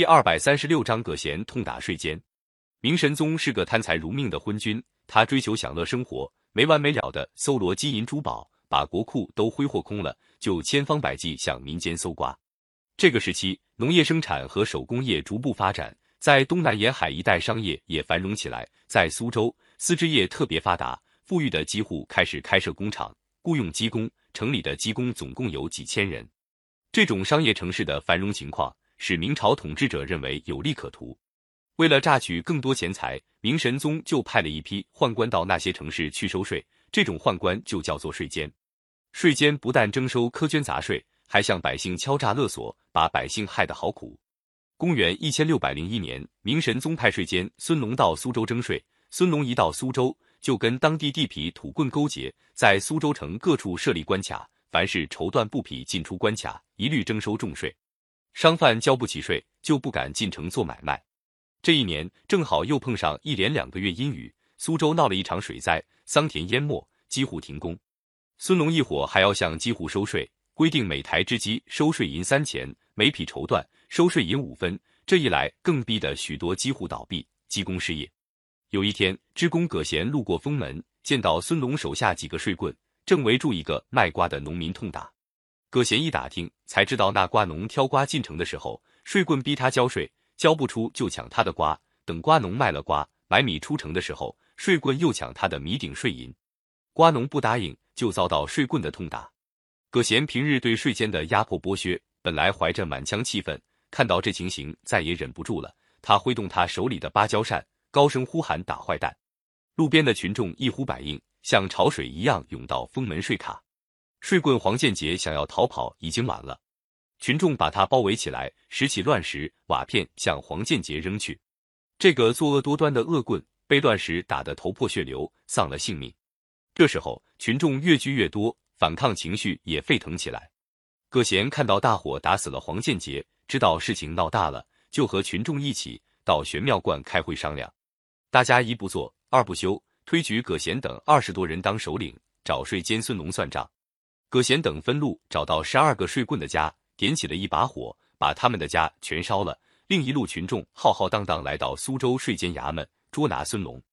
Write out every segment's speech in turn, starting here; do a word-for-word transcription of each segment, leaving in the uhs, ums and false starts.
第二百三十六章葛贤痛打税监。明神宗是个贪财如命的昏君，他追求享乐生活，没完没了的搜罗金银珠宝，把国库都挥霍空了，就千方百计向民间搜刮。这个时期，农业生产和手工业逐步发展，在东南沿海一带商业也繁荣起来。在苏州，丝织业特别发达，富裕的机户开始开设工厂，雇佣机工，城里的机工总共有几千人。这种商业城市的繁荣情况，使明朝统治者认为有利可图。为了榨取更多钱财，明神宗就派了一批宦官到那些城市去收税，这种宦官就叫做税监。税监不但征收苛捐杂税，还向百姓敲诈勒索，把百姓害得好苦。公元一千六百零一年，明神宗派税监孙龙到苏州征税。孙龙一到苏州，就跟当地地痞土棍勾结，在苏州城各处设立关卡，凡是绸缎布匹进出关卡，一律征收重税。商贩交不起税，就不敢进城做买卖。这一年正好又碰上一连两个月阴雨，苏州闹了一场水灾，桑田淹没，几乎停工。孙龙一伙还要向几户收税，规定每台织机收税银三钱，每匹绸缎收税银五分。这一来，更逼得许多机户倒闭，机工失业。有一天，织工葛贤路过封门，见到孙龙手下几个税棍正围住一个卖瓜的农民痛打。葛贤一打听，才知道那瓜农挑瓜进城的时候，税棍逼他交税，交不出就抢他的瓜，等瓜农卖了瓜，买米出城的时候，税棍又抢他的米顶税银。瓜农不答应，就遭到税棍的痛打。葛贤平日对税监的压迫剥削，本来怀着满腔气愤，看到这情形，再也忍不住了。他挥动他手里的芭蕉扇，高声呼喊打坏蛋。路边的群众一呼百应，像潮水一样涌到封门税卡。税棍黄建杰想要逃跑，已经晚了。群众把他包围起来，拾起乱石、瓦片向黄建杰扔去。这个作恶多端的恶棍被乱石打得头破血流，丧了性命。这时候，群众越聚越多，反抗情绪也沸腾起来。葛贤看到大伙打死了黄建杰，知道事情闹大了，就和群众一起到玄妙观开会商量。大家一不做，二不休，推举葛贤等二十多人当首领，找税监孙龙算账。葛贤等分路找到十二个税棍的家，点起了一把火，把他们的家全烧了。另一路群众浩浩荡荡来到苏州税监衙门，捉拿孙龙。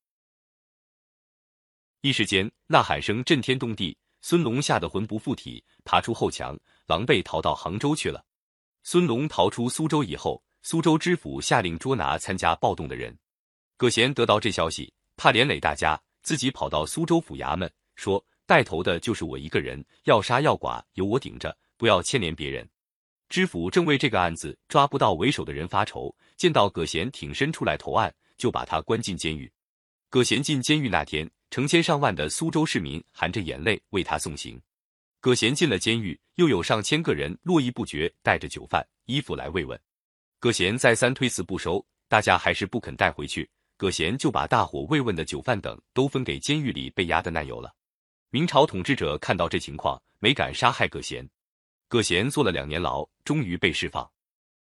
一时间，呐喊声震天动地，孙龙吓得魂不附体，爬出后墙，狼狈逃到杭州去了。孙龙逃出苏州以后，苏州知府下令捉拿参加暴动的人。葛贤得到这消息，怕连累大家，自己跑到苏州府衙门，说带头的就是我一个人，要杀要剐由我顶着，不要牵连别人。知府正为这个案子抓不到为首的人发愁，见到葛贤挺身出来投案，就把他关进监狱。葛贤进监狱那天，成千上万的苏州市民含着眼泪为他送行。葛贤进了监狱，又有上千个人络绎不绝带着酒饭、衣服来慰问。葛贤再三推辞不收，大家还是不肯带回去。葛贤就把大伙慰问的酒饭等都分给监狱里被压的难友了。明朝统治者看到这情况，没敢杀害葛贤。葛贤坐了两年牢，终于被释放。